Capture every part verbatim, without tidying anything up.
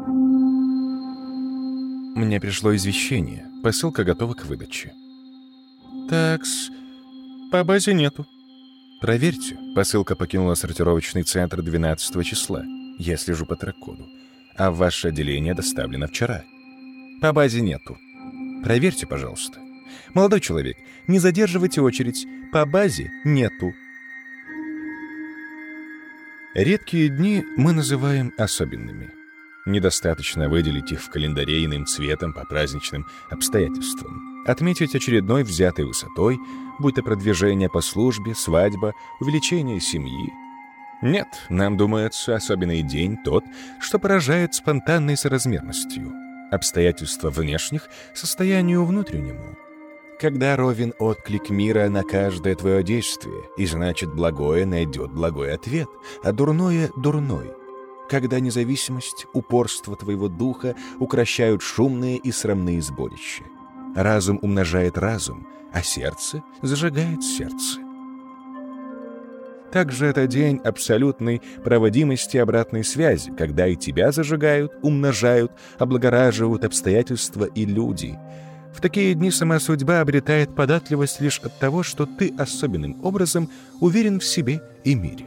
Мне пришло извещение. Посылка готова к выдаче. Такс, по базе нету. Проверьте, посылка покинула сортировочный центр двенадцатого числа. Я слежу по трек-коду. А в ваше отделение доставлено вчера. По базе нету. Проверьте, пожалуйста. Молодой человек, не задерживайте очередь. По базе нету. Редкие дни мы называем особенными. Недостаточно выделить их в календаре иным цветом по праздничным обстоятельствам. Отметить очередной взятой высотой, будь то продвижение по службе, свадьба, увеличение семьи. Нет, нам думается, особенный день тот, что поражает спонтанной соразмерностью. Обстоятельства внешних состоянию внутреннему. Когда ровен отклик мира на каждое твое действие, и значит благое найдет благой ответ, а дурное — дурной. Когда независимость, упорство твоего духа укращают шумные и срамные сборища. Разум умножает разум, а сердце зажигает сердце. Также это день абсолютной проводимости обратной связи, когда и тебя зажигают, умножают, облагораживают обстоятельства и люди. В такие дни сама судьба обретает податливость лишь от того, что ты особенным образом уверен в себе и мире.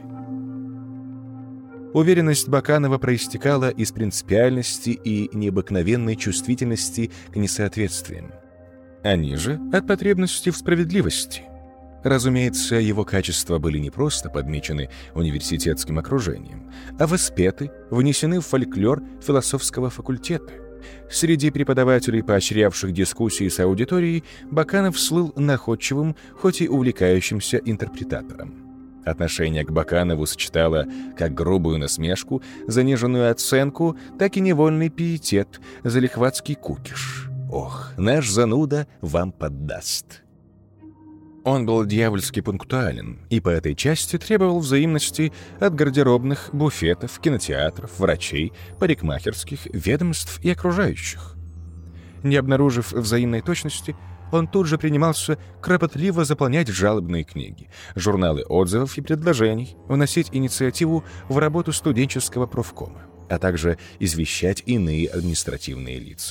Уверенность Баканова проистекала из принципиальности и необыкновенной чувствительности к несоответствиям. Они же от потребности в справедливости. Разумеется, его качества были не просто подмечены университетским окружением, а воспеты, внесены в фольклор философского факультета. Среди преподавателей, поощрявших дискуссии с аудиторией, Баканов слыл находчивым, хоть и увлекающимся интерпретатором. Отношение к Баканову сочетало как грубую насмешку, заниженную оценку, так и невольный пиетет, залихватский кукиш. Ох, наш зануда вам поддаст. Он был дьявольски пунктуален и по этой части требовал взаимности от гардеробных, буфетов, кинотеатров, врачей, парикмахерских, ведомств и окружающих. Не обнаружив взаимной точности, он тут же принимался кропотливо заполнять жалобные книги, журналы отзывов и предложений, вносить инициативу в работу студенческого профкома, а также извещать иные административные лица.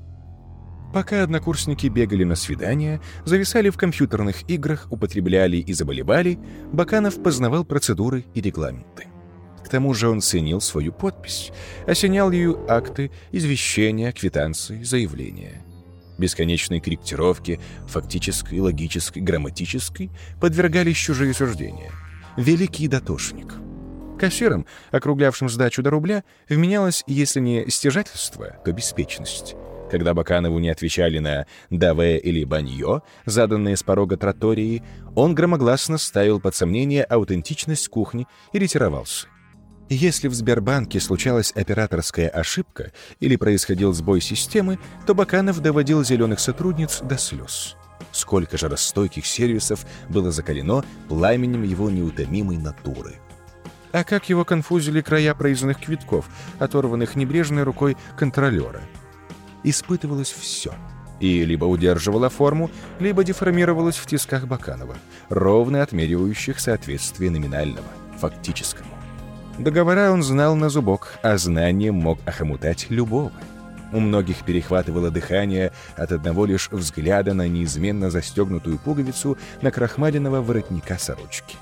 Пока однокурсники бегали на свидания, зависали в компьютерных играх, употребляли и заболевали, Баканов познавал процедуры и регламенты. К тому же он ценил свою подпись, осенял ею акты, извещения, квитанции, заявления. Бесконечной корректировке, фактической, логической, грамматической, подвергались чужие суждения. Великий дотошник. Кассирам, округлявшим сдачу до рубля, вменялось, если не стяжательство, то беспечность. Когда Баканову не отвечали на «даве» или «баньё», заданные с порога тротории, он громогласно ставил под сомнение аутентичность кухни и ретировался. Если в Сбербанке случалась операторская ошибка или происходил сбой системы, то Баканов доводил зеленых сотрудниц до слез. Сколько же расстойких сервисов было закалено пламенем его неутомимой натуры. А как его конфузили края проездных квитков, оторванных небрежной рукой контролера. Испытывалось все. И либо удерживала форму, либо деформировалась в тисках Баканова, ровно отмеривающих соответствие номинального, фактическому. Договора он знал на зубок, а знание мог охомутать любого. У многих перехватывало дыхание от одного лишь взгляда на неизменно застегнутую пуговицу накрахмаленного воротника сорочки.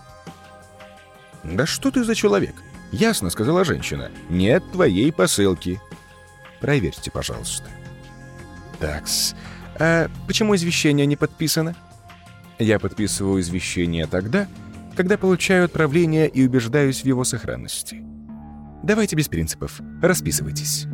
«Да что ты за человек?» — ясно сказала женщина. «Нет твоей посылки». «Проверьте, пожалуйста». «Такс, а почему извещение не подписано?» «Я подписываю извещение тогда, когда получаю отправление и убеждаюсь в его сохранности. Давайте без принципов, расписывайтесь».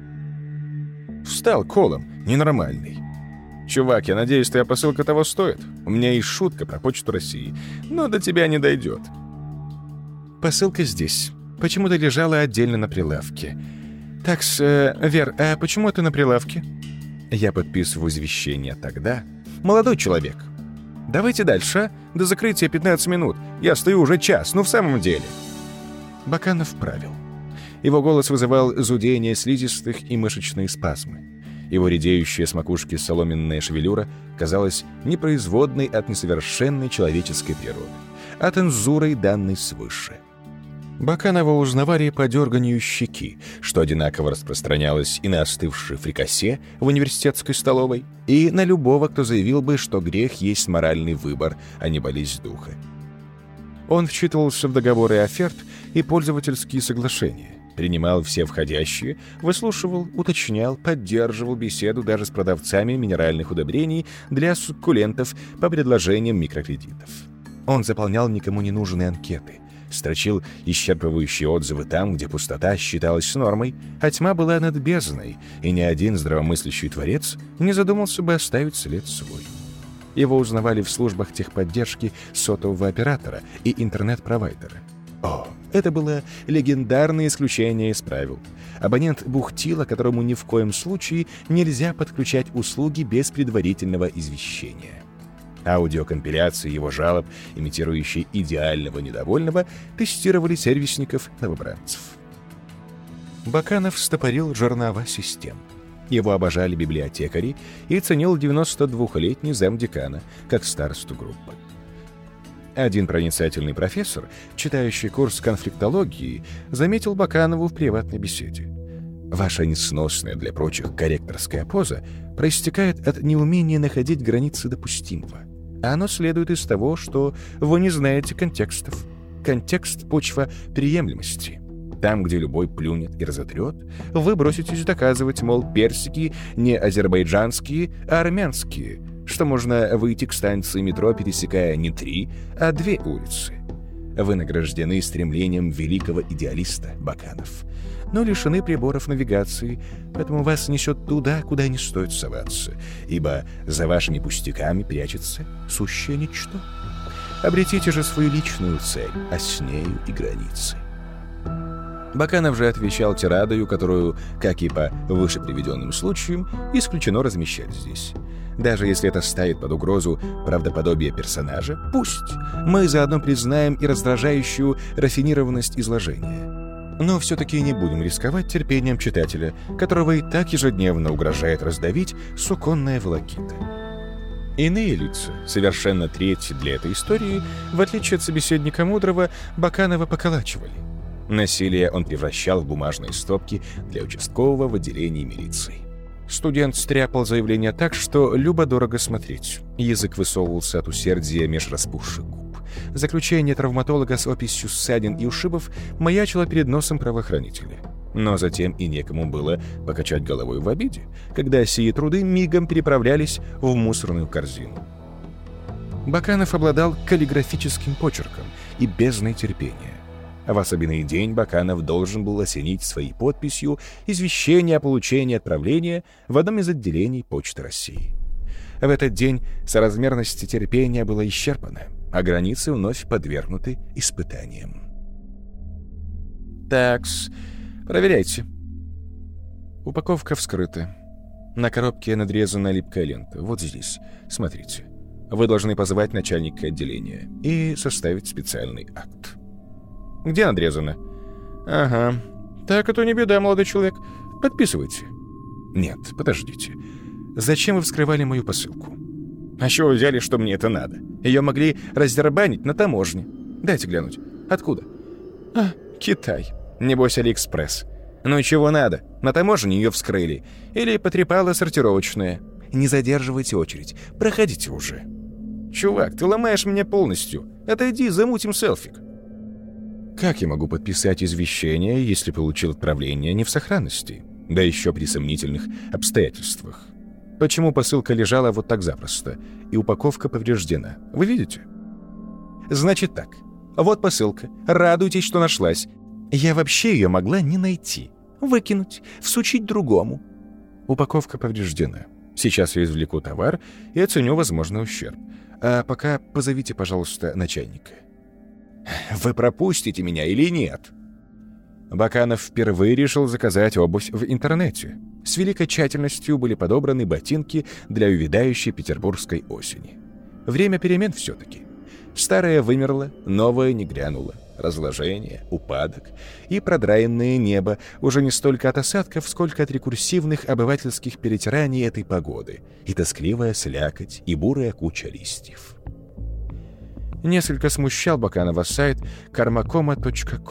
Встал колом, ненормальный. «Чувак, я надеюсь, твоя посылка того стоит. У меня есть шутка про Почту России, но до тебя не дойдет». «Посылка здесь. Почему-то лежала отдельно на прилавке. Такс, э, Вер, а почему ты на прилавке?» «Я подписываю извещение тогда». «Молодой человек, давайте дальше, а? До закрытия пятнадцать минут. Я стою уже час, ну в самом деле». Баканов правил. Его голос вызывал зудение слизистых и мышечные спазмы. Его редеющая с макушки соломенная шевелюра казалась непроизводной от несовершенной человеческой природы, а цензурой, данной свыше. Баканова узнавали по дерганию щеки, что одинаково распространялось и на остывшее фрикасе в университетской столовой, и на любого, кто заявил бы, что грех есть моральный выбор, а не болезнь духа. Он вчитывался в договоры оферт и пользовательские соглашения, принимал все входящие, выслушивал, уточнял, поддерживал беседу даже с продавцами минеральных удобрений для суккулентов по предложениям микрокредитов. Он заполнял никому не нужные анкеты, строчил исчерпывающие отзывы там, где пустота считалась нормой, а тьма была над бездной, и ни один здравомыслящий творец не задумался бы оставить след свой. Его узнавали в службах техподдержки сотового оператора и интернет-провайдера. О, это было легендарное исключение из правил. Абонент бухтила, которому ни в коем случае нельзя подключать услуги без предварительного извещения. Аудиокомпиляции его жалоб, имитирующие идеального недовольного, тестировали сервисников-новобранцев. Баканов стопорил жернова систем. Его обожали библиотекари и ценил девяносто двухлетний замдекана как старосту группы. Один проницательный профессор, читающий курс конфликтологии, заметил Баканову в приватной беседе: «Ваша несносная для прочих корректорская поза проистекает от неумения находить границы допустимого. А оно следует из того, что вы не знаете контекстов. Контекст — почва приемлемости. Там, где любой плюнет и разотрет, вы броситесь доказывать, мол, персики не азербайджанские, а армянские, что можно выйти к станции метро, пересекая не три, а две улицы. Вы награждены стремлением великого идеалиста, Баканов, но лишены приборов навигации, поэтому вас несет туда, куда не стоит соваться, ибо за вашими пустяками прячется сущее ничто. Обретите же свою личную цель, а с нею и границы». Баканов же отвечал тирадою, которую, как и по выше приведенным случаям, исключено размещать здесь. Даже если это ставит под угрозу правдоподобие персонажа, пусть. Мы заодно признаем и раздражающую рафинированность изложения. Но все-таки не будем рисковать терпением читателя, которого и так ежедневно угрожает раздавить суконная волокита. Иные лица, совершенно третьи для этой истории, в отличие от собеседника Мудрого, Баканова поколачивали. Насилие он превращал в бумажные стопки для участкового в отделении милиции. Студент стряпал заявление так, что любо-дорого смотреть. Язык высовывался от усердия меж распухших губ. Заключение травматолога с описью ссадин и ушибов маячило перед носом правоохранителя. Но затем и некому было покачать головой в обиде, когда сии труды мигом переправлялись в мусорную корзину. Баканов обладал каллиграфическим почерком и бездной терпения. В особенный день Баканов должен был осенить своей подписью извещение о получении отправления в одном из отделений Почты России. В этот день соразмерность терпения была исчерпана, а границы вновь подвергнуты испытаниям. «Такс, проверяйте». Упаковка вскрыта. На коробке надрезана липкая лента. Вот здесь. Смотрите. Вы должны позвать начальника отделения и составить специальный акт. «Где надрезано?» «Ага. Так это не беда, молодой человек. Подписывайте». «Нет, подождите. Зачем вы вскрывали мою посылку?» «А чего вы взяли, что мне это надо? Ее могли раздербанить на таможне. Дайте глянуть. Откуда?» «А, Китай. Небось, Алиэкспресс. Ну и чего надо? На таможне ее вскрыли. Или потрепала сортировочная. Не задерживайте очередь. Проходите уже». «Чувак, ты ломаешь меня полностью. Отойди, замутим селфик». Как я могу подписать извещение, если получил отправление не в сохранности, да еще при сомнительных обстоятельствах? Почему посылка лежала вот так запросто, и упаковка повреждена? Вы видите? Значит так. Вот посылка. Радуйтесь, что нашлась. Я вообще ее могла не найти. Выкинуть, всучить другому. Упаковка повреждена. Сейчас я извлеку товар и оценю возможный ущерб. А пока позовите, пожалуйста, начальника. Вы пропустите меня или нет? Баканов впервые решил заказать обувь в интернете. С великой тщательностью были подобраны ботинки для увядающей петербургской осени. Время перемен все-таки. Старое вымерло, новое не грянуло. Разложение, упадок и продраенное небо уже не столько от осадков, сколько от рекурсивных обывательских перетираний этой погоды, и тоскливая слякоть, и бурая куча листьев. Несколько смущал Баканова сайт кармакома точка ком.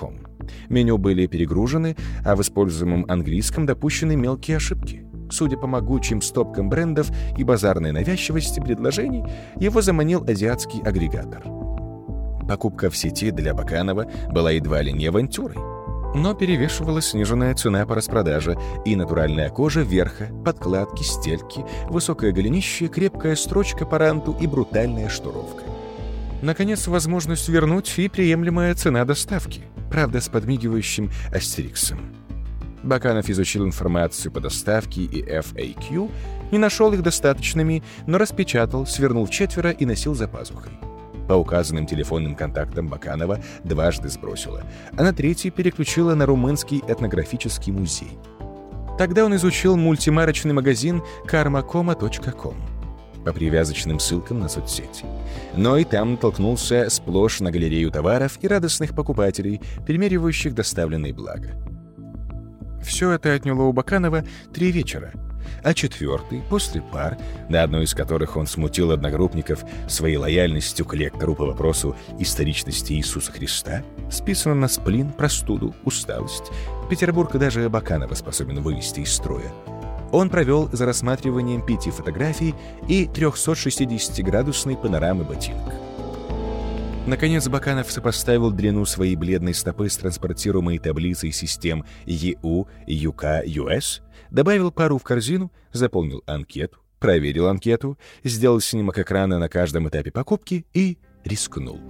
Меню были перегружены, а в используемом английском допущены мелкие ошибки. Судя по могучим стопкам брендов и базарной навязчивости предложений, его заманил азиатский агрегатор. Покупка в сети для Баканова была едва ли не авантюрой, но перевешивала сниженная цена по распродаже и натуральная кожа верха, подкладки, стельки, высокое голенище, крепкая строчка по ранту и брутальная шнуровка. Наконец, возможность вернуть и приемлемая цена доставки, правда, с подмигивающим астериксом. Баканов изучил информацию по доставке и эф эй кью, не нашел их достаточными, но распечатал, свернул в четверо и носил за пазухой. По указанным телефонным контактам Баканова дважды сбросила, а на третий переключила на румынский этнографический музей. Тогда он изучил мультимарочный магазин кармакома точка ком по привязочным ссылкам на соцсети. Но и там натолкнулся сплошь на галерею товаров и радостных покупателей, примеривающих доставленные блага. Все это отняло у Баканова три вечера, а четвертый, после пар, на одной из которых он смутил одногруппников своей лояльностью к лектору по вопросу историчности Иисуса Христа, списано на сплин, простуду, усталость. Петербург даже Баканова способен вывести из строя. Он провел за рассматриванием пяти фотографий и трехсотшестидесятиградусной панорамы ботинок. Наконец Баканов сопоставил длину своей бледной стопы с транспортируемой таблицей систем и ю, ю ка, ю эс, добавил пару в корзину, заполнил анкету, проверил анкету, сделал снимок экрана на каждом этапе покупки и рискнул.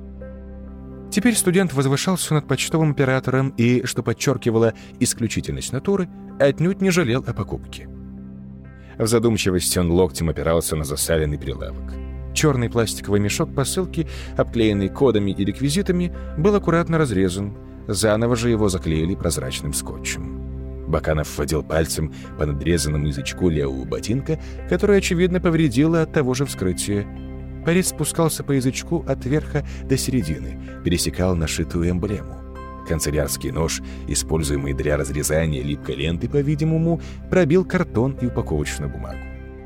Теперь студент возвышался над почтовым оператором и, что подчеркивало исключительность натуры, отнюдь не жалел о покупке. В задумчивости он локтем опирался на засаленный прилавок. Черный пластиковый мешок посылки, обклеенный кодами и реквизитами, был аккуратно разрезан, заново же его заклеили прозрачным скотчем. Баканов водил пальцем по надрезанному язычку левого ботинка, которое, очевидно, повредило от того же вскрытия. Порез спускался по язычку от верха до середины, пересекал нашитую эмблему. Канцелярский нож, используемый для разрезания липкой ленты, по-видимому, пробил картон и упаковочную бумагу.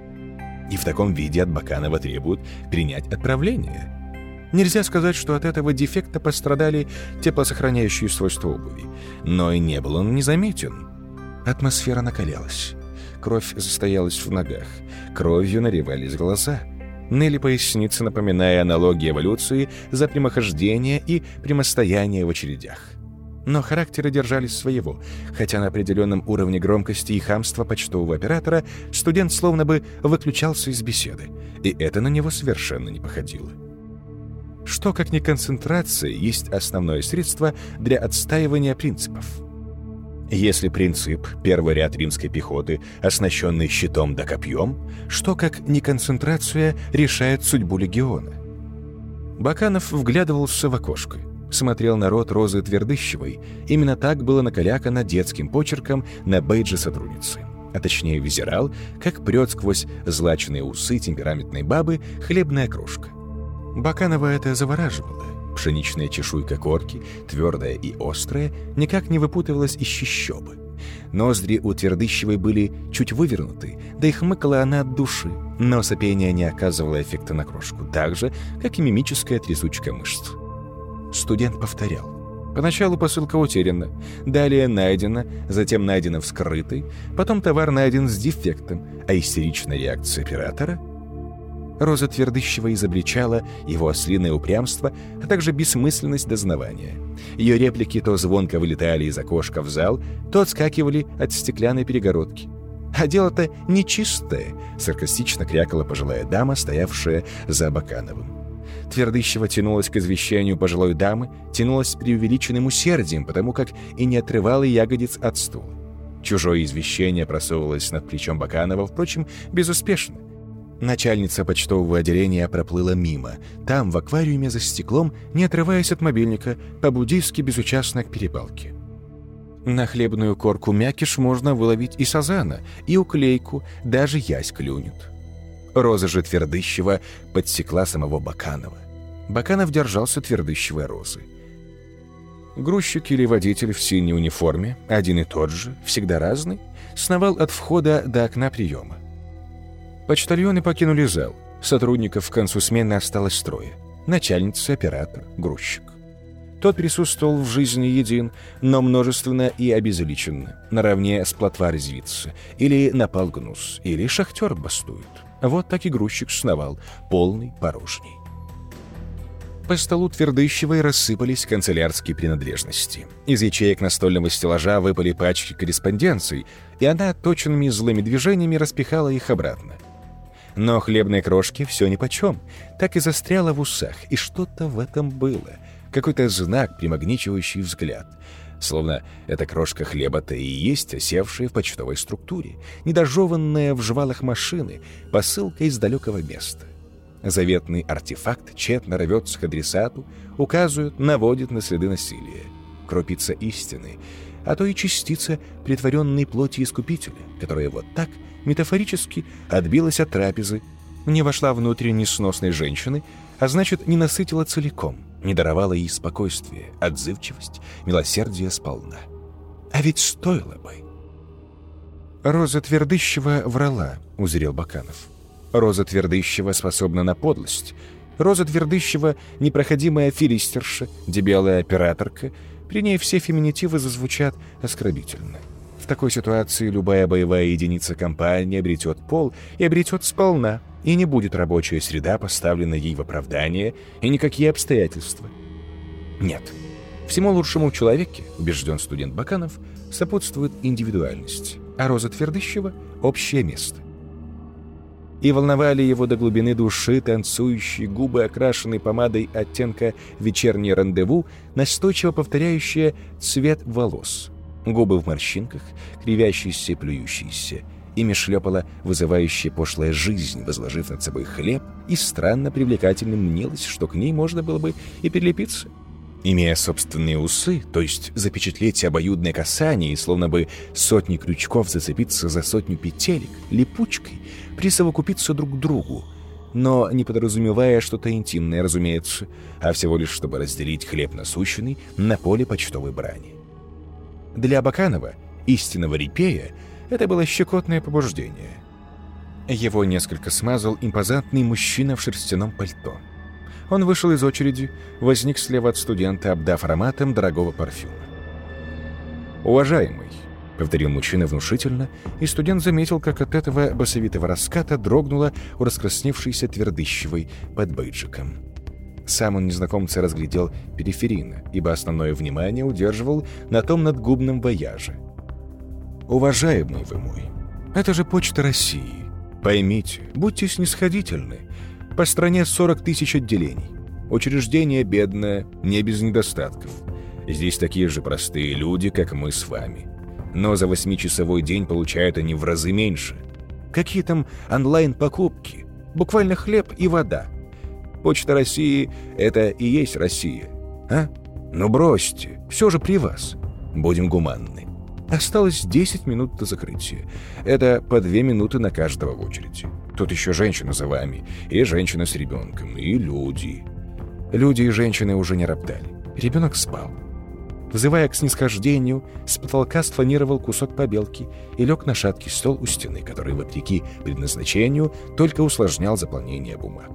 И в таком виде от Баканова требуют принять отправление. Нельзя сказать, что от этого дефекта пострадали теплосохраняющие свойства обуви, но и не был он незаметен. Атмосфера накалялась. Кровь застоялась в ногах, кровью наливались глаза. Ныли поясницы, напоминая аналогии эволюции за прямохождение и прямостояние в очередях. Но характеры держались своего, хотя на определенном уровне громкости и хамства почтового оператора студент словно бы выключался из беседы, и это на него совершенно не походило. Что, как ни концентрация, есть основное средство для отстаивания принципов. Если принцип — первый ряд римской пехоты, оснащенный щитом да копьем, что, как ни концентрация, решает судьбу легиона? Баканов вглядывался в окошко, смотрел на рот Розы Твердыщевой. Именно так было накалякано детским почерком на бейдже сотрудницы. А точнее взирал, как прет сквозь злачные усы темпераментной бабы хлебная крошка. Баканова это завораживало. Пшеничная чешуйка корки, твердая и острая, никак не выпутывалась из чащобы. Ноздри у Твердыщевой были чуть вывернуты, да и хмыкала она от души, но сопение не оказывало эффекта на крошку, так же, как и мимическая трясучка мышц. Студент повторял. Поначалу посылка утеряна, далее найдена, затем найдена вскрытой, потом товар найден с дефектом, а истеричная реакция оператора? Роза Твердыщева изобличала его ослиное упрямство, а также бессмысленность дознавания. Ее реплики то звонко вылетали из окошка в зал, то отскакивали от стеклянной перегородки. «А дело-то нечистое», — саркастично крякала пожилая дама, стоявшая за Бакановым. Твердыщева тянулась к извещению пожилой дамы, тянулась с преувеличенным усердием, потому как и не отрывала ягодиц от стула. Чужое извещение просовывалось над плечом Баканова, впрочем, безуспешно. Начальница почтового отделения проплыла мимо. Там, в аквариуме за стеклом, не отрываясь от мобильника, по-буддийски безучастно к перепалке. На хлебную корку мякиш можно выловить и сазана, и уклейку, даже ясь клюнет. Роза же Твердыщева подсекла самого Баканова. Баканов держался Твердыщевой розы. Грузчик или водитель в синей униформе, один и тот же, всегда разный, сновал от входа до окна приема. Почтальоны покинули зал. Сотрудников к концу смены осталось трое. Начальница, оператор, грузчик. Тот присутствовал в жизни един, но множественно и обезличенно, наравне с плотва резвится, или напал гнус, или шахтер бастует. Вот так и грузчик сновал, полный порожней. По столу Твердыщевой рассыпались канцелярские принадлежности. Из ячеек настольного стеллажа выпали пачки корреспонденций, и она точными злыми движениями распихала их обратно. Но хлебной крошке все нипочем, так и застряло в усах, и что-то в этом было, какой-то знак, примагничивающий взгляд. Словно эта крошка хлеба-то и есть осевшая в почтовой структуре, недожеванная в жвалах машины, посылка из далекого места. Заветный артефакт тщетно рвется к адресату, указывает, наводит на следы насилия. Крупица истины, а то и частица притворенной плоти Искупителя, которая вот так метафорически отбилась от трапезы, не вошла внутрь несносной женщины, а значит, не насытила целиком, не даровала ей спокойствие, отзывчивость, милосердие сполна. А ведь стоило бы. Роза Твердыщева врала, узрел Баканов. Роза Твердыщева способна на подлость. Роза Твердыщева — непроходимая филистерша, дебелая операторка. При ней все феминитивы зазвучат оскорбительно. В такой ситуации любая боевая единица компании обретет пол и обретет сполна, и не будет рабочая среда поставлена ей в оправдание, и никакие обстоятельства. Нет. Всему лучшему в человеке, убежден студент Баканов, сопутствует индивидуальность, а Роза Твердыщева — общее место. И волновали его до глубины души танцующие губы, окрашенные помадой оттенка «Вечернее рандеву», настойчиво повторяющие цвет волос. Губы в морщинках, кривящиеся и плюющиеся. Ими шлепала вызывающая пошлая жизнь, возложив над собой хлеб, и странно привлекательным мнилось, что к ней можно было бы и прилепиться. Имея собственные усы, то есть запечатлеть обоюдное касание и словно бы сотни крючков зацепиться за сотню петелек, липучкой, присовокупиться друг к другу, но не подразумевая что-то интимное, разумеется, а всего лишь чтобы разделить хлеб насущный на поле почтовой брани. Для Баканова, истинного репея, это было щекотное побуждение. Его несколько смазал импозантный мужчина в шерстяном пальто. Он вышел из очереди, возник слева от студента, обдав ароматом дорогого парфюма. «Уважаемый», — повторил мужчина внушительно, и студент заметил, как от этого басовитого раската дрогнула у раскрасневшейся Твердыщевой под бейджиком. Сам он незнакомца разглядел периферийно, ибо основное внимание удерживал на том надгубном вояже. «Уважаемый вы мой, это же Почта России. Поймите, будьте снисходительны. По стране сорок тысяч отделений. Учреждение бедное, не без недостатков. Здесь такие же простые люди, как мы с вами. Но за восьмичасовой день получают они в разы меньше. Какие там онлайн-покупки? Буквально хлеб и вода. Почта России — это и есть Россия. А? Ну бросьте, все же при вас. Будем гуманны. Осталось десять минут до закрытия. Это по две минуты на каждого в очереди. Тут еще женщина за вами, и женщина с ребенком, и люди. Люди и женщины уже не роптали. Ребенок спал. Взывая к снисхождению, с потолка спланировал кусок побелки и лег на шаткий стол у стены, который, вопреки предназначению, только усложнял заполнение бумаг.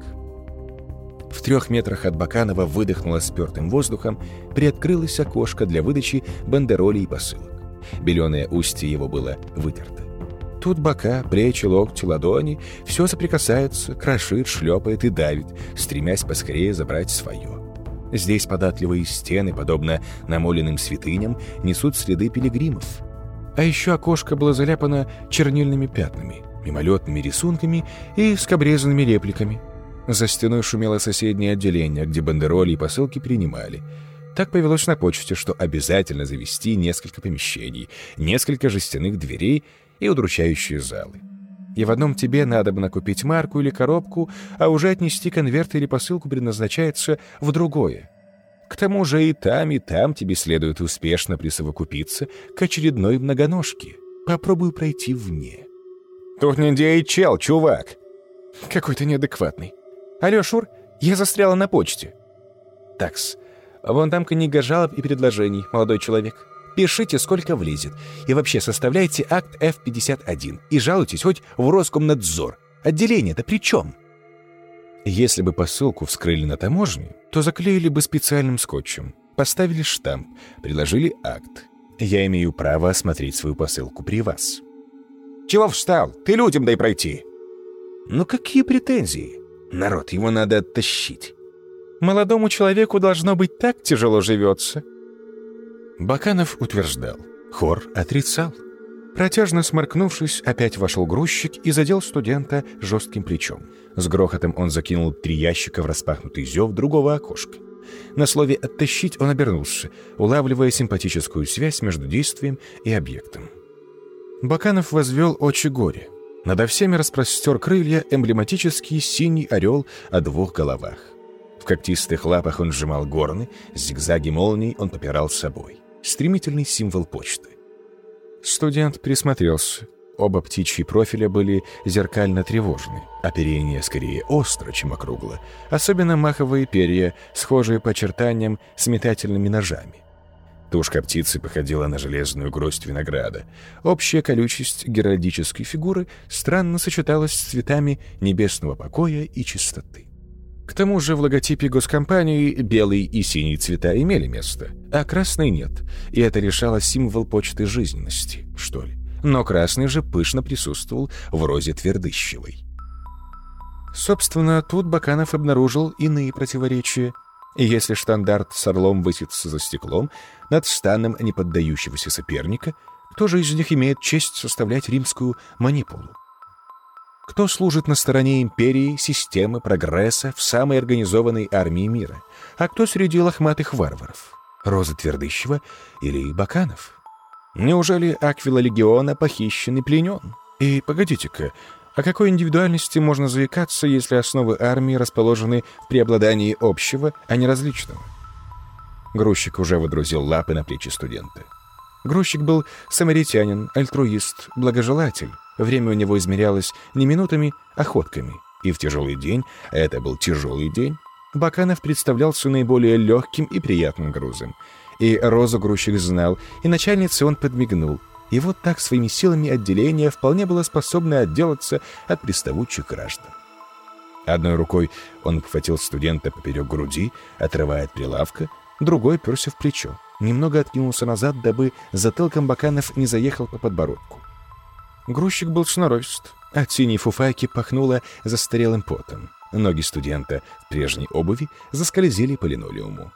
В трех метрах от Баканова выдохнуло спертым воздухом, приоткрылось окошко для выдачи бандеролей и посылок. Беленое устье его было вытерто. Тут бока, плечи, локти, ладони — все соприкасается, крошит, шлепает и давит, стремясь поскорее забрать свое. Здесь податливые стены, подобно намоленным святыням, несут следы пилигримов. А еще окошко было заляпано чернильными пятнами, мимолетными рисунками и скобрезанными репликами. За стеной шумело соседнее отделение, где бандероли и посылки принимали. Так повелось на почте, что обязательно завести несколько помещений, несколько жестяных дверей и удручающие залы. И в одном тебе надо бы накупить марку или коробку, а уже отнести конверт или посылку предназначается в другое. К тому же и там, и там тебе следует успешно присовокупиться к очередной многоножке. Попробуй пройти вне. Тут не ди эйч эл, чувак. Какой-то неадекватный. Алло, Шур, я застряла на почте. Такс. Вон там книга жалоб и предложений, молодой человек. Пишите, сколько влезет. И вообще составляйте акт эф пятьдесят один и жалуйтесь хоть в Роскомнадзор. Отделение-то при чем? Если бы посылку вскрыли на таможне, то заклеили бы специальным скотчем. Поставили штамп, приложили акт. Я имею право осмотреть свою посылку при вас. Чего встал? Ты людям дай пройти. Ну какие претензии? Народ, его надо оттащить. Молодому человеку должно быть так тяжело живется. Баканов утверждал. Хор отрицал. Протяжно сморкнувшись, опять вошел грузчик и задел студента жестким плечом. С грохотом он закинул три ящика в распахнутый зев другого окошка. На слове «оттащить» он обернулся, улавливая симпатическую связь между действием и объектом. Баканов возвел очи горе. Надо всеми распростер крылья эмблематический синий орел о двух головах. В когтистых лапах он сжимал горны, зигзаги молний он попирал с собой. Стремительный символ почты. Студент присмотрелся. Оба птичьи профиля были зеркально тревожны. Оперение скорее остро, чем округло. Особенно маховые перья, схожие по очертаниям с метательными ножами. Тушка птицы походила на железную гроздь винограда. Общая колючесть геральдической фигуры странно сочеталась с цветами небесного покоя и чистоты. К тому же в логотипе госкомпании белый и синий цвета имели место, а красный нет, и это решало символ почты жизненности, что ли. Но красный же пышно присутствовал в розе Твердыщевой. Собственно, тут Баканов обнаружил иные противоречия. И если штандарт с орлом высится за стеклом над станом неподдающегося соперника, кто же из них имеет честь составлять римскую манипулу? Кто служит на стороне империи, системы, прогресса в самой организованной армии мира? А кто среди лохматых варваров? Роза Твердыщева или Баканов? Неужели Аквила Легиона похищен и пленен? И погодите-ка, о какой индивидуальности можно заикаться, если основы армии расположены в преобладании общего, а не различного? Грузчик уже водрузил лапы на плечи студента. Грузчик был самаритянин, альтруист, благожелатель. Время у него измерялось не минутами, а ходками. И в тяжелый день, а это был тяжелый день, Баканов представлялся наиболее легким и приятным грузом. И Розу грузчик знал, и начальнице он подмигнул. И вот так своими силами отделения вполне было способно отделаться от приставучих граждан. Одной рукой он обхватил студента поперек груди, отрывая от прилавка, другой перся в плечо. Немного откинулся назад, дабы затылком Баканов не заехал по подбородку. Грузчик был сноровист. От синей фуфайки пахнуло застарелым потом. Ноги студента в прежней обуви заскользили по линолеуму.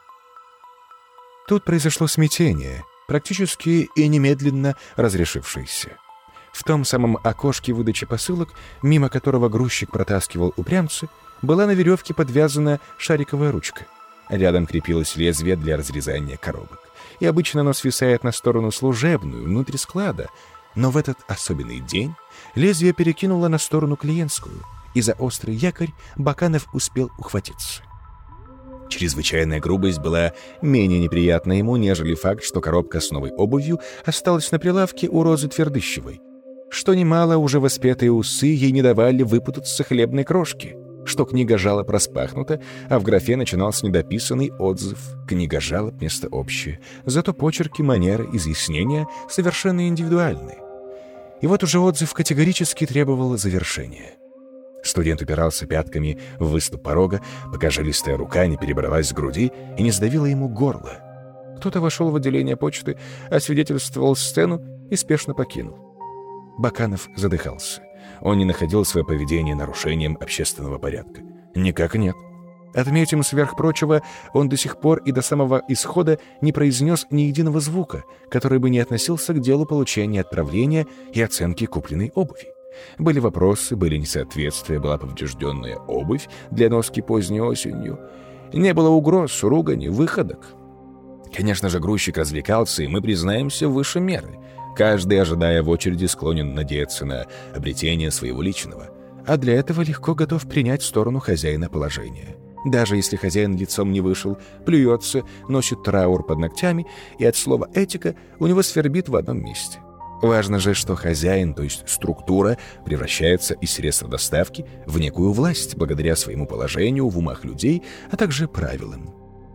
Тут произошло смятение, практически и немедленно разрешившееся. В том самом окошке выдачи посылок, мимо которого грузчик протаскивал упрямца, была на веревке подвязана шариковая ручка. Рядом крепилось лезвие для разрезания коробок. И обычно оно свисает на сторону служебную, внутрь склада. Но в этот особенный день лезвие перекинуло на сторону клиентскую, и за острый якорь Баканов успел ухватиться. Чрезвычайная грубость была менее неприятна ему, нежели факт, что коробка с новой обувью осталась на прилавке у Розы Твердыщевой. Что немало, уже воспетые усы ей не давали выпутаться хлебной крошки. Что книга жалоб распахнута, а в графе начинался недописанный отзыв. Книга жалоб — место общее, зато почерки, манеры, изъяснения совершенно индивидуальны. И вот уже отзыв категорически требовал завершения. Студент упирался пятками в выступ порога, пока жилистая рука не перебралась с груди и не сдавила ему горло. Кто-то вошел в отделение почты, освидетельствовал сцену и спешно покинул. Баканов задыхался. Он не находил свое поведение нарушением общественного порядка. Никак нет. Отметим, сверх прочего, он до сих пор и до самого исхода не произнес ни единого звука, который бы не относился к делу получения отправления и оценки купленной обуви. Были вопросы, были несоответствия, была поврежденная обувь для носки поздней осенью. Не было угроз, ругани, выходок. Конечно же, грузчик развлекался, и мы признаемся выше меры. Каждый, ожидая в очереди, склонен надеяться на обретение своего личного, а для этого легко готов принять сторону хозяина положения. Даже если хозяин лицом не вышел, плюется, носит траур под ногтями, и от слова «этика» у него свербит в одном месте. Важно же, что хозяин, то есть структура, превращается из средства доставки в некую власть благодаря своему положению в умах людей, а также правилам.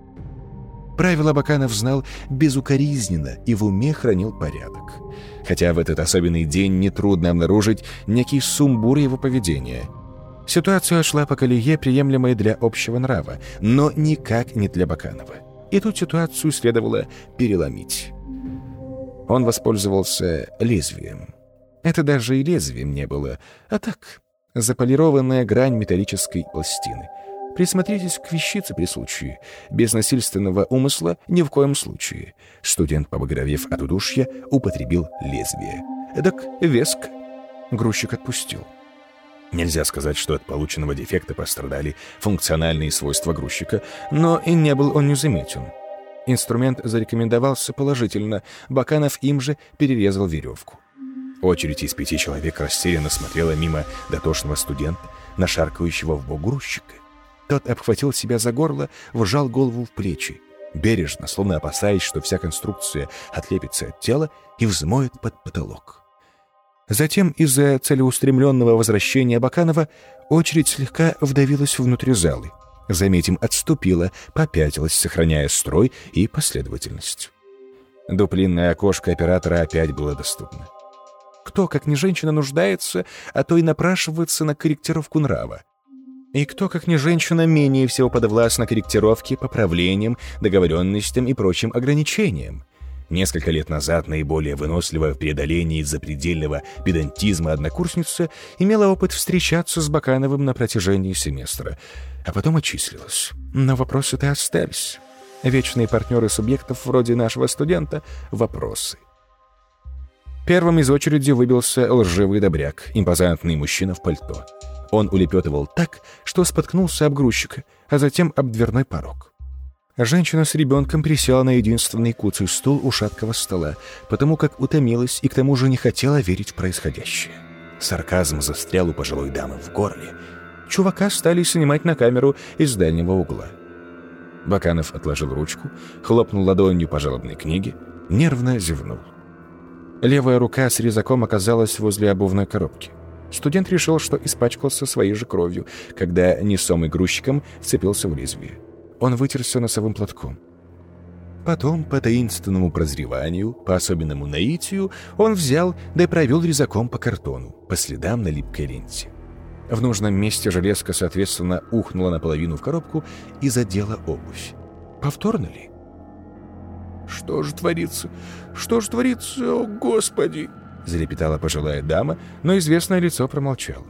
Правила Баканов знал безукоризненно и в уме хранил порядок. Хотя в этот особенный день нетрудно обнаружить некий сумбур его поведения. Ситуация шла по колее, приемлемой для общего нрава, но никак не для Баканова. И тут ситуацию следовало переломить. Он воспользовался лезвием. Это даже и лезвием не было, а так, заполированная грань металлической пластины. Присмотритесь к вещице при случае. Без насильственного умысла ни в коем случае. Студент, побагровев от удушья, употребил лезвие. Эдак веск. Грузчик отпустил. Нельзя сказать, что от полученного дефекта пострадали функциональные свойства грузчика, но и не был он незаметен. Инструмент зарекомендовался положительно, Баканов им же перерезал веревку. Очередь из пяти человек растерянно смотрела мимо дотошного студента, нашаркающего в бок грузчика. Тот обхватил себя за горло, вжал голову в плечи, бережно, словно опасаясь, что вся конструкция отлепится от тела и взмоет под потолок. Затем из-за целеустремленного возвращения Баканова очередь слегка вдавилась внутрь залы. Заметим, отступила, попятилась, сохраняя строй и последовательность. Дуплинное окошко оператора опять было доступно. Кто, как не женщина, нуждается, а то и напрашивается на корректировку нрава? И кто, как не женщина, менее всего подвластна корректировке, поправлениям, договоренностям и прочим ограничениям? Несколько лет назад наиболее выносливая в преодолении запредельного педантизма однокурсница имела опыт встречаться с Бакановым на протяжении семестра, а потом отчислилась. Но вопросы-то остались. Вечные партнеры субъектов вроде нашего студента — вопросы. Первым из очереди выбился лживый добряк, импозантный мужчина в пальто. Он улепетывал так, что споткнулся об грузчика, а затем об дверной порог. Женщина с ребенком присела на единственный куцый стул у шаткого стола, потому как утомилась и к тому же не хотела верить в происходящее. Сарказм застрял у пожилой дамы в горле. Чувака стали снимать на камеру из дальнего угла. Баканов отложил ручку, хлопнул ладонью по жалобной книге, нервно зевнул. Левая рука с резаком оказалась возле обувной коробки. Студент решил, что испачкался своей же кровью, когда несомый грузчиком вцепился в лезвие. Он вытерся носовым платком. Потом, по таинственному прозреванию, по особенному наитию, он взял, да и провел резаком по картону, по следам на липкой ленте. В нужном месте железка, соответственно, ухнула наполовину в коробку и задела обувь. Повторно ли? «Что же творится? Что же творится? О, Господи!» — залепетала пожилая дама, но известное лицо промолчало.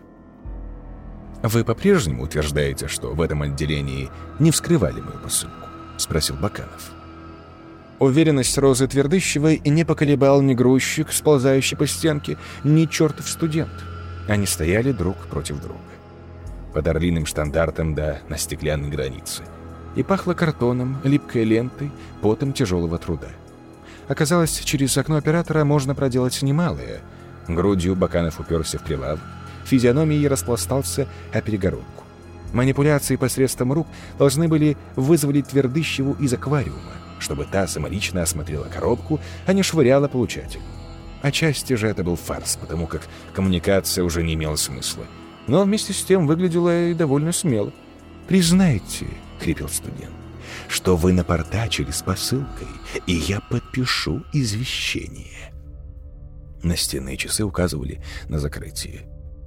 «Вы по-прежнему утверждаете, что в этом отделении не вскрывали мою посылку?» — спросил Баканов. Уверенность Розы Твердыщевой не поколебал ни грузчик, сползающий по стенке, ни чертов студент. Они стояли друг против друга. Под орлиным штандартом да на стеклянной границе. И пахло картоном, липкой лентой, потом тяжелого труда. Оказалось, через окно оператора можно проделать немалое. Грудью Баканов уперся в прилавок, физиономией распластался о перегородку. Манипуляции посредством рук должны были вызволить Твердыщеву из аквариума, чтобы та самолично осмотрела коробку, а не швыряла получатель. Отчасти же это был фарс, потому как коммуникация уже не имела смысла. Но вместе с тем выглядела и довольно смело. «Признайте, — хрипел студент, — что вы напортачили с посылкой, и я подпишу извещение». Настенные часы указывали на закрытие.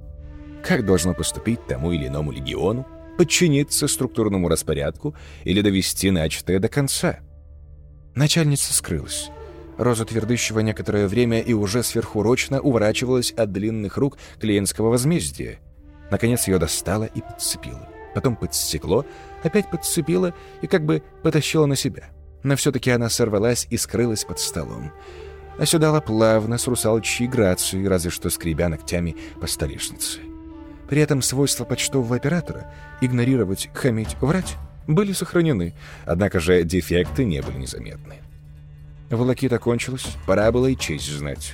Как должно поступить тому или иному легиону? Подчиниться структурному распорядку или довести начатое до конца? Начальница скрылась. Роза Твердыщева некоторое время и уже сверхурочно уворачивалась от длинных рук клиентского возмездия. Наконец ее достала и подцепила. Потом подсекло, опять подцепила и как бы потащила на себя. Но все-таки она сорвалась и скрылась под столом. Оседала плавно, с русалочьей грацией, разве что скребя ногтями по столешнице. При этом свойства почтового оператора — игнорировать, хамить, врать — были сохранены, однако же дефекты не были незаметны. Волокита кончилась, пора было и честь знать.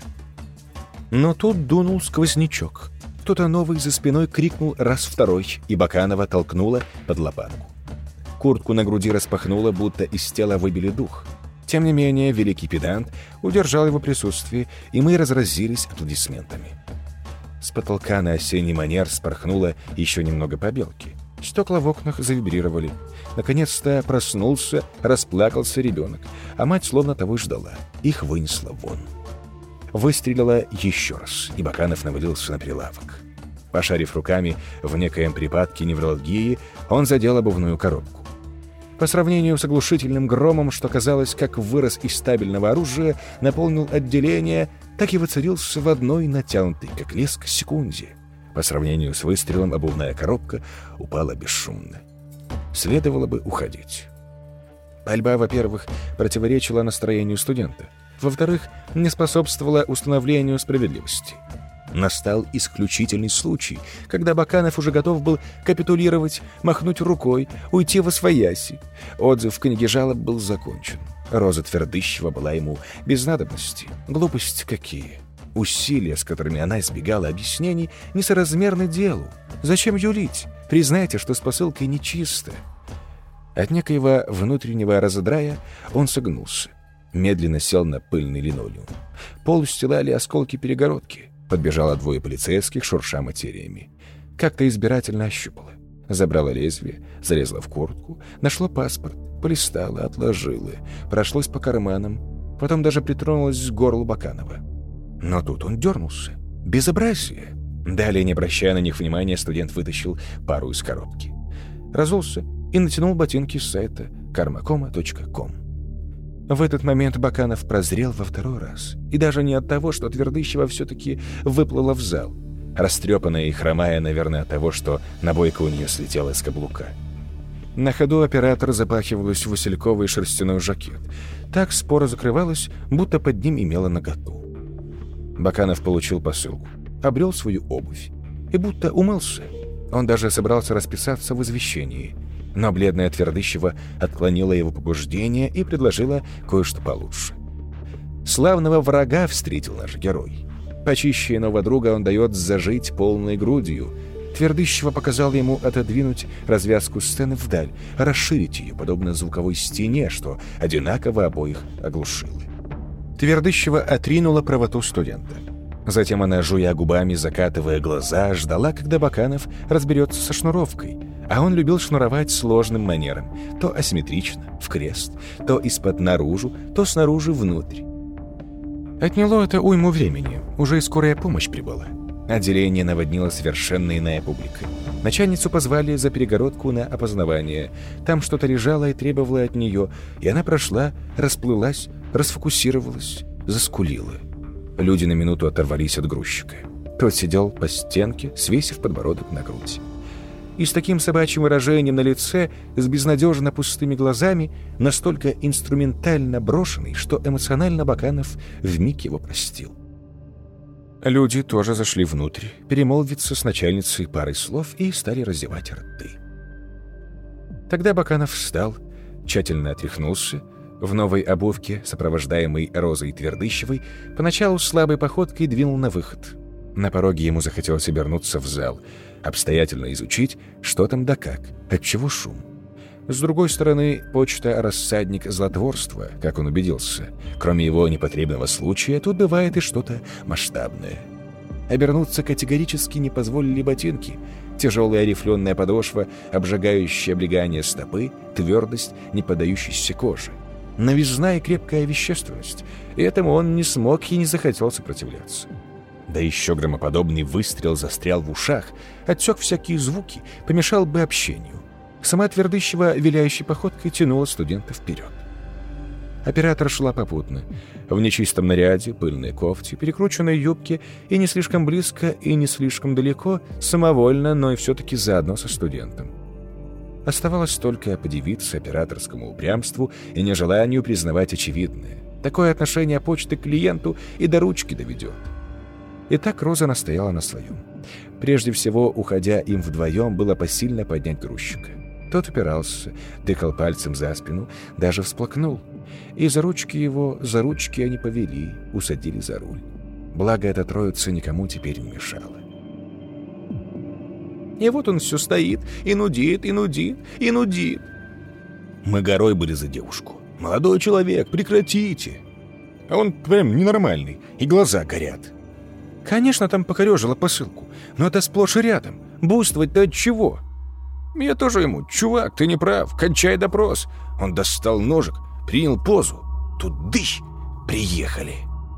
Но тут дунул сквознячок. Кто-то новый за спиной крикнул раз второй, и Баканова толкнула под лопатку. Куртку на груди распахнула, будто из тела выбили дух. Тем не менее, великий педант удержал его присутствие, и мы разразились аплодисментами. С потолка на осенний манер спорхнуло еще немного побелки. Стекла в окнах завибрировали. Наконец-то проснулся, расплакался ребенок, а мать словно того и ждала. Их вынесла вон. Выстрелила еще раз, и Баканов навалился на прилавок. Пошарив руками в некоем припадке невралгии, он задел обувную коробку. по сравнению с оглушительным громом, что, казалось, как вырос из стабильного оружия, наполнил отделение, так и воцарился в одной натянутой, как леска, секунде. По сравнению с выстрелом обувная коробка упала бесшумно. Следовало бы уходить. Пальба, во-первых, противоречила настроению студента. Во-вторых, не способствовала установлению справедливости. Настал исключительный случай, когда Баканов уже готов был капитулировать, махнуть рукой, уйти восвояси. Отзыв в книге жалоб был закончен. Роза Твердыщева была ему без надобности. Глупости какие! Усилия, с которыми она избегала объяснений, несоразмерны делу. Зачем юлить? Признайте, что с посылкой нечисто. От некоего внутреннего раздрая он согнулся. Медленно сел на пыльный линолеум. Пол устилали осколки перегородки. Подбежало двое полицейских, шурша материями. Как-то избирательно ощупала. Забрала лезвие, залезла в куртку, нашла паспорт, полистала, отложила, прошлась по карманам, потом даже притронулась к горлу Баканова. Но тут он дернулся. Безобразие! Далее, не обращая на них внимания, студент вытащил пару из коробки. Разулся и натянул ботинки с сайта кармакома точка ком. В этот момент Баканов прозрел во второй раз. И даже не от того, что Твердыщева все-таки выплыла в зал. Растрепанная и хромая, наверное, от того, что набойка у нее слетела с каблука. На ходу оператор запахивалась в васильковый шерстяной жакет. Так спора закрывалась, будто под ним имела наготу. Баканов получил посылку, обрел свою обувь и будто умылся. Он даже собрался расписаться в извещении. Но бледная Твердыщева отклонила его побуждение и предложила кое-что получше. Славного врага встретил наш герой. Почище иного друга он дает зажить полной грудью. Твердыщева показал ему отодвинуть развязку сцены вдаль, расширить ее, подобно звуковой стене, что одинаково обоих оглушило. Твердыщева отринула правоту студента. Затем она, жуя губами, закатывая глаза, ждала, когда Баканов разберется со шнуровкой. А он любил шнуровать сложным манером. То асимметрично, в крест, то из-под наружу, то снаружи внутрь. Отняло это уйму времени. Уже и скорая помощь прибыла. Отделение наводнила совершенно иная публика. Начальницу позвали за перегородку на опознавание. Там что-то лежало и требовало от нее, и она прошла, расплылась, расфокусировалась, заскулила. Люди на минуту оторвались от грузчика. Тот сидел по стенке, свесив подбородок на грудь. И с таким собачьим выражением на лице, с безнадежно пустыми глазами, настолько инструментально брошенный, что эмоционально Баканов вмиг его простил. Люди тоже зашли внутрь, перемолвиться с начальницей парой слов и стали раздевать рты. Тогда Баканов встал, тщательно отряхнулся, в новой обувке, сопровождаемой Розой Твердыщевой, поначалу слабой походкой двинул на выход. На пороге ему захотелось обернуться в зал, обстоятельно изучить, что там да как, отчего шум. С другой стороны, почта — рассадник злотворства, как он убедился. Кроме его непотребного случая, тут бывает и что-то масштабное. Обернуться категорически не позволили ботинки. Тяжелая рифленая подошва, обжигающее облегание стопы, твердость не поддающейся кожи. Новизна и крепкая вещественность. И этому он не смог и не захотел сопротивляться. Да еще громоподобный выстрел застрял в ушах, отсек всякие звуки, помешал бы общению. Сама Твердыщева виляющей походкой тянула студента вперед. Оператор шла попутно. В нечистом наряде, пыльной кофте, перекрученной юбке и не слишком близко, и не слишком далеко, самовольно, но и все-таки заодно со студентом. Оставалось только подивиться операторскому упрямству и нежеланию признавать очевидное. Такое отношение почты к клиенту и до ручки доведет. И так Роза настояла на своем. Прежде всего, уходя им вдвоем, было посильно поднять грузчика. Тот упирался, тыкал пальцем за спину, даже всплакнул. И за ручки его, за ручки они повели, усадили за руль. Благо, эта троица никому теперь не мешала. И вот он все стоит, и нудит, и нудит, и нудит. Мы горой были за девушку. «Молодой человек, прекратите!» А он прям ненормальный, и глаза горят. Конечно, там покорежила посылку, но это сплошь и рядом. Буйствовать-то от чего? Я тоже ему: «Чувак, ты не прав, кончай допрос». Он достал ножик, принял позу. Тут дыщ, приехали.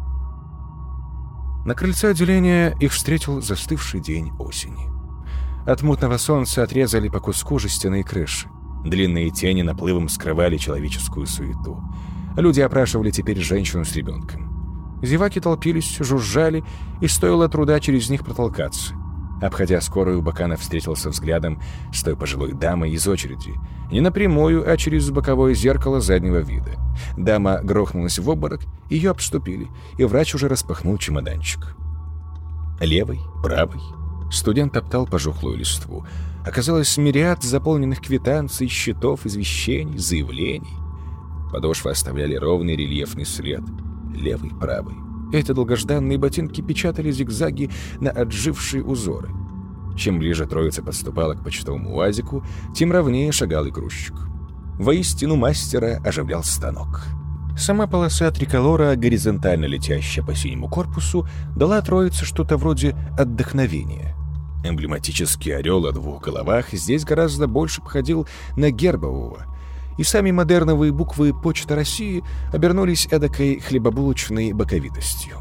На крыльце отделения их встретил застывший день осени. От мутного солнца отрезали по куску жестяные крыши. Длинные тени наплывом скрывали человеческую суету. Люди опрашивали теперь женщину с ребенком. Зеваки толпились, жужжали, и стоило труда через них протолкаться. Обходя скорую, Баканов встретился взглядом с той пожилой дамой из очереди. Не напрямую, а через боковое зеркало заднего вида. Дама грохнулась в обморок, ее обступили, и врач уже распахнул чемоданчик. Левый, правый. Студент топтал пожухлую листву. Оказалось, мириад заполненных квитанций, счетов, извещений, заявлений. Подошвы оставляли ровный рельефный след. Левый, правый. Эти долгожданные ботинки печатали зигзаги на отжившие узоры. Чем ближе троица подступала к почтовому уазику, тем ровнее шагал и грузчик. Воистину мастера оживлял станок. Сама полоса триколора, горизонтально летящая по синему корпусу, дала троице что-то вроде отдохновения. Эмблематический орел о двух головах здесь гораздо больше походил на гербового, и сами модерновые буквы «Почта России» обернулись эдакой хлебобулочной боковитостью.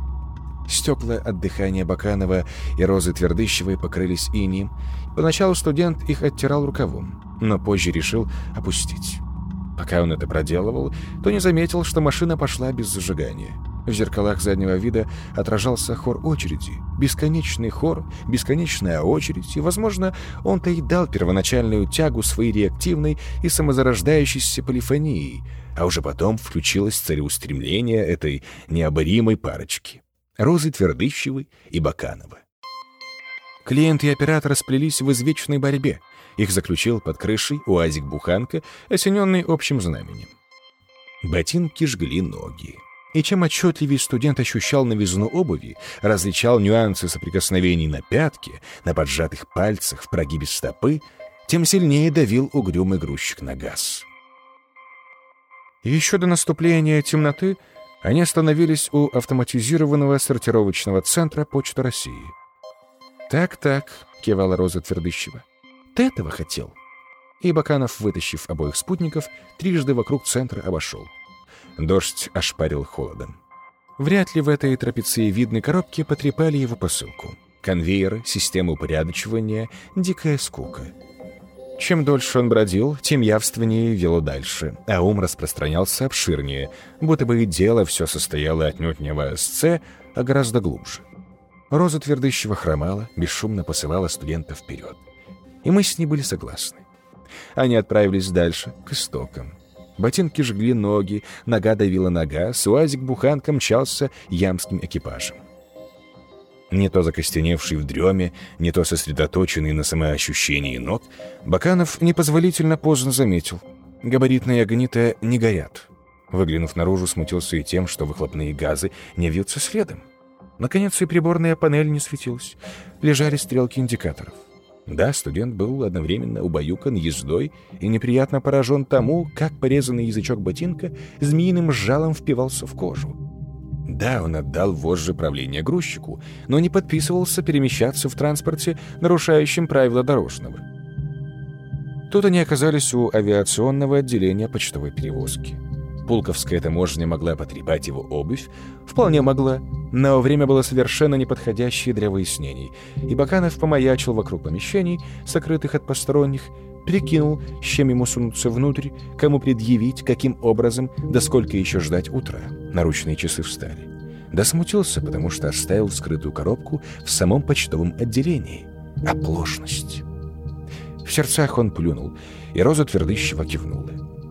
Стекла от дыхания Баканова и Розы Твердыщевой покрылись инеем. Поначалу студент их оттирал рукавом, но позже решил опустить. Пока он это проделывал, то не заметил, что машина пошла без зажигания. В зеркалах заднего вида отражался хор очереди. Бесконечный хор, бесконечная очередь, и, возможно, он-то и дал первоначальную тягу своей реактивной и самозарождающейся полифонией, а уже потом включилось целеустремление этой необоримой парочки — Розы Твердыщевой и Баканова. Клиент и оператор сплелись в извечной борьбе. Их заключил под крышей уазик-буханка, осененный общим знаменем. Ботинки жгли ноги. И чем отчетливее студент ощущал новизну обуви, различал нюансы соприкосновений на пятке, на поджатых пальцах, в прогибе стопы, тем сильнее давил угрюмый грузчик на газ. Еще до наступления темноты они остановились у автоматизированного сортировочного центра Почты России. «Так-так», — кивала Роза Твердыщева, — «ты этого хотел?» И Баканов, вытащив обоих спутников, трижды вокруг центра обошел. Дождь ошпарил холодом. Вряд ли в этой трапециевидной коробке потрепали его посылку. Конвейеры, система упорядочивания, дикая скука. Чем дольше он бродил, тем явственнее вело дальше, а ум распространялся обширнее, будто бы и дело все состояло отнюдь не в АСЦ, а гораздо глубже. Роза Твердыщева хромала, бесшумно посылала студента вперед. И мы с ней были согласны. Они отправились дальше, к истокам. Ботинки жгли ноги, нога давила нога, суазик-буханка мчался ямским экипажем. Не то закостеневший в дреме, не то сосредоточенный на самоощущении ног, Баканов непозволительно поздно заметил. Габаритные огни-то не горят. Выглянув наружу, смутился и тем, что выхлопные газы не вьются следом. Наконец и приборная панель не светилась. Лежали стрелки индикаторов. Да, студент был одновременно убаюкан ездой и неприятно поражен тому, как порезанный язычок ботинка змеиным жалом впивался в кожу. Да, он отдал вожжи правления грузчику, но не подписывался перемещаться в транспорте, нарушающем правила дорожного. Тут они оказались у авиационного отделения почтовой перевозки. Пулковская таможня могла потрепать его обувь, вполне могла, но время было совершенно неподходящее для выяснений, и Баканов помаячил вокруг помещений, сокрытых от посторонних, прикинул, с чем ему сунуться внутрь, кому предъявить, каким образом, да сколько еще ждать утра. Наручные часы встали. Да смутился, потому что оставил скрытую коробку в самом почтовом отделении. Оплошность. В сердцах он плюнул, и Роза Твердыщева кивнула.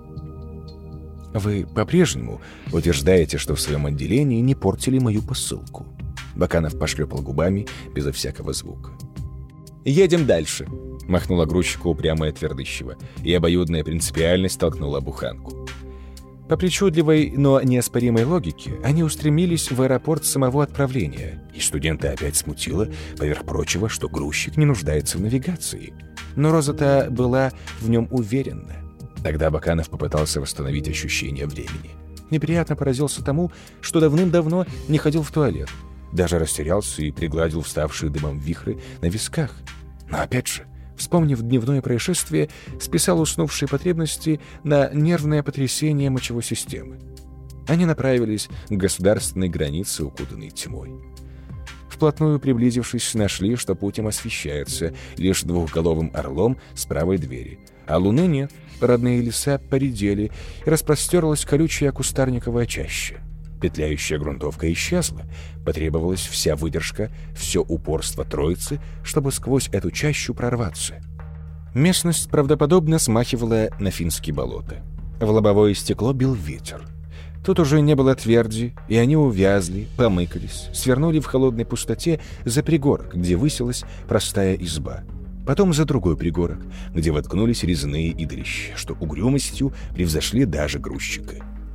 «Вы по-прежнему утверждаете, что в своем отделении не портили мою посылку?» Баканов пошлепал губами безо всякого звука. «Едем дальше», — махнула грузчику упрямая Твердыщева, и обоюдная принципиальность толкнула буханку. По причудливой, но неоспоримой логике они устремились в аэропорт самого отправления, и студента опять смутило, поверх прочего, что грузчик не нуждается в навигации. Но Роза-то была в нем уверена. Тогда Баканов попытался восстановить ощущение времени. Неприятно поразился тому, что давным-давно не ходил в туалет. Даже растерялся и пригладил вставшие дымом вихры на висках. Но опять же, вспомнив дневное происшествие, списал уснувшие потребности на нервное потрясение мочевой системы. Они направились к государственной границе, укутанной тьмой. В вплотную приблизившись, нашли, что путь им освещается лишь двухголовым орлом с правой двери. А луны нет, родные леса поредели, и распростерлась колючая кустарниковая чаща. Петляющая грунтовка исчезла. Потребовалась вся выдержка, все упорство троицы, чтобы сквозь эту чащу прорваться. Местность правдоподобно смахивала на финские болота. В лобовое стекло бил ветер. Тут уже не было тверди, и они увязли, помыкались, свернули в холодной пустоте за пригорок, где высилась простая изба. Потом за другой пригорок, где воткнулись резные идрища, что угрюмостью превзошли даже грузчика.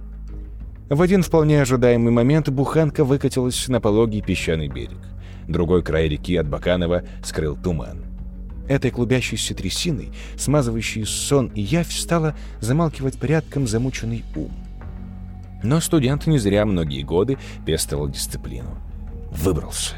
В один вполне ожидаемый момент буханка выкатилась на пологий песчаный берег. Другой край реки от Баканова скрыл туман. Этой клубящейся трясиной, смазывающей сон и явь, стала замалкивать порядком замученный ум. Но студент не зря многие годы пестовал дисциплину. Выбрался.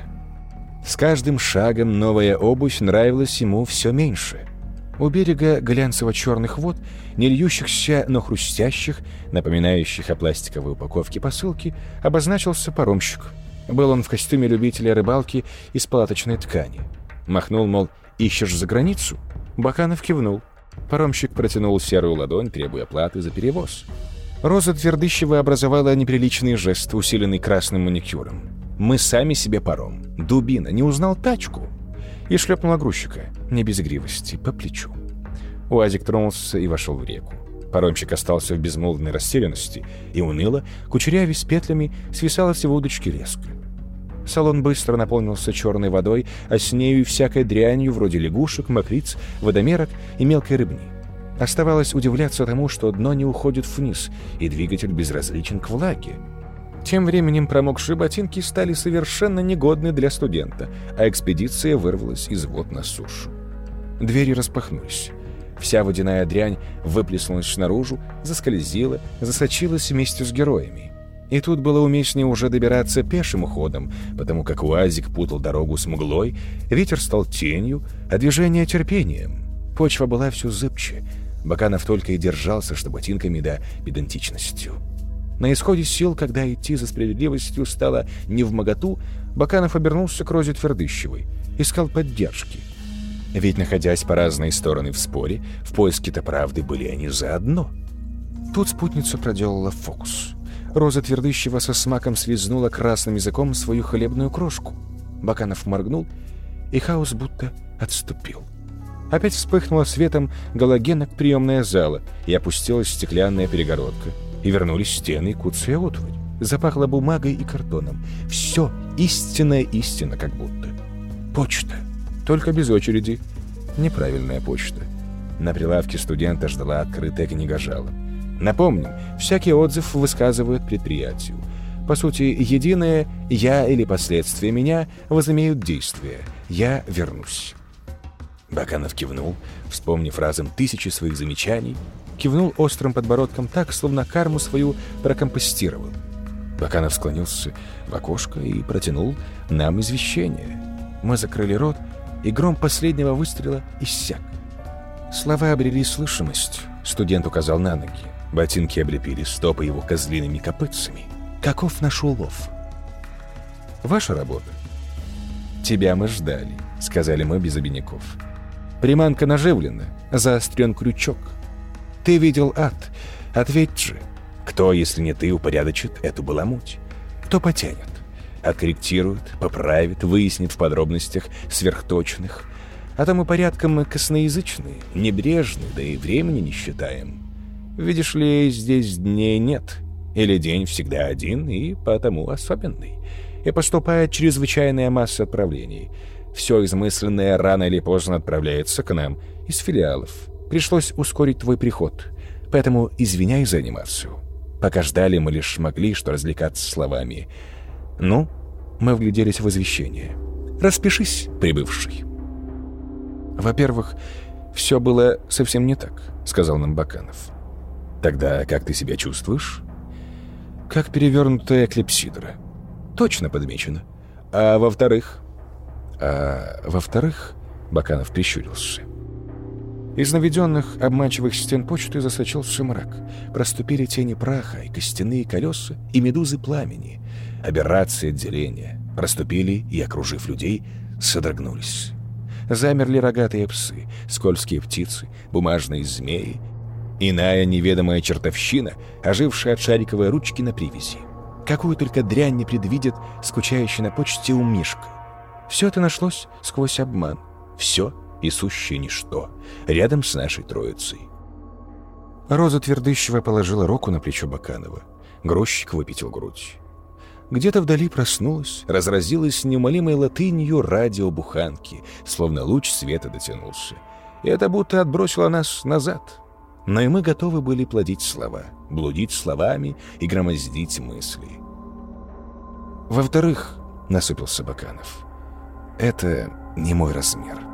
С каждым шагом новая обувь нравилась ему все меньше. У берега глянцево-черных вод, не льющихся, но хрустящих, напоминающих о пластиковой упаковке посылки, обозначился паромщик. Был он в костюме любителя рыбалки из палаточной ткани. Махнул, мол, «Ищешь за границу?» Баканов кивнул. Паромщик протянул серую ладонь, требуя платы за перевоз. Роза Твердыщева образовала неприличный жест, усиленный красным маникюром. «Мы сами себе паром. Дубина, не узнал тачку?» И шлепнула грузчика, не без игривости, по плечу. УАЗик тронулся и вошел в реку. Паромщик остался в безмолвной растерянности и уныло, кучерявясь петлями, свисалась в удочке леска. Салон быстро наполнился черной водой, а с нею и всякой дрянью, вроде лягушек, мокриц, водомерок и мелкой рыбни. Оставалось удивляться тому, что дно не уходит вниз, и двигатель безразличен к влаге. Тем временем промокшие ботинки стали совершенно негодны для студента, а экспедиция вырвалась из вод на сушу. Двери распахнулись. Вся водяная дрянь выплеснулась наружу, заскользила, засочилась вместе с героями. И тут было уместнее уже добираться пешим ходом, потому как УАЗик путал дорогу с мглой, ветер стал тенью, а движение — терпением. Почва была все зыбче. Баканов только и держался, что ботинками да педантичностью. На исходе сил, когда идти за справедливостью стало невмоготу, Баканов обернулся к Розе Твердыщевой, искал поддержки. Ведь, находясь по разные стороны в споре, в поиске-то правды были они заодно. Тут спутница проделала фокус. Роза Твердыщева со смаком слизнула красным языком свою хлебную крошку. Баканов моргнул, и хаос будто отступил. Опять вспыхнула светом галогенок приемная зала, и опустилась стеклянная перегородка. И вернулись стены и куцая отводь. Запахло бумагой и картоном. Все истинная истина, как будто. Почта. Только без очереди. Неправильная почта. На прилавке студента ждала открытая книга жалоб. Напомним, всякий отзыв высказывают предприятию. По сути, единое «я» или «последствия меня» возымеют действие. «Я вернусь». Баканов кивнул, вспомнив разом тысячи своих замечаний, кивнул острым подбородком так, словно карму свою прокомпостировал. Баканов склонился в окошко и протянул нам извещение. Мы закрыли рот, и гром последнего выстрела иссяк. Слова обрели слышимость. Студент указал на ноги. Ботинки облепили стопы его козлиными копытцами. Каков наш улов? Ваша работа. Тебя мы ждали, сказали мы без обиняков. Приманка наживлена, заострен крючок. Ты видел ад. Ответь же, кто, если не ты, упорядочит эту баламуть? Кто потянет? Откорректирует, поправит, выяснит в подробностях сверхточных. А то мы порядком косноязычные, небрежны, да и времени не считаем. Видишь ли, здесь дней нет. Или день всегда один и потому особенный. И поступает чрезвычайная масса отправлений. Все измысленное рано или поздно отправляется к нам из филиалов. Пришлось ускорить твой приход, поэтому извиняй за анимацию. Пока ждали, мы лишь могли что развлекаться словами. Ну, мы вгляделись в извещение. Распишись, прибывший. Во-первых, все было совсем не так, сказал нам Баканов. Тогда как ты себя чувствуешь? Как перевернутая клепсидра. Точно подмечено. А во-вторых... А во-вторых, Баканов прищурился. Из наведенных обманчивых стен почты засочился мрак. Проступили тени праха и костяные колеса, и медузы пламени. Аберрации отделения. Проступили и, окружив людей, содрогнулись. Замерли рогатые псы, скользкие птицы, бумажные змеи, иная неведомая чертовщина, ожившая от шариковой ручки на привязи. Какую только дрянь не предвидит скучающий на почте умишка. Все это нашлось сквозь обман. Все и сущее ничто, рядом с нашей троицей. Роза Твердыщева положила руку на плечо Баканова. Грузчик выпятил грудь. Где-то вдали проснулась, разразилась неумолимой латынью радиобуханки, словно луч света дотянулся. И это будто отбросило нас назад. Но и мы готовы были плодить слова, блудить словами и громоздить мысли. Во-вторых, насупился Баканов, это не мой размер.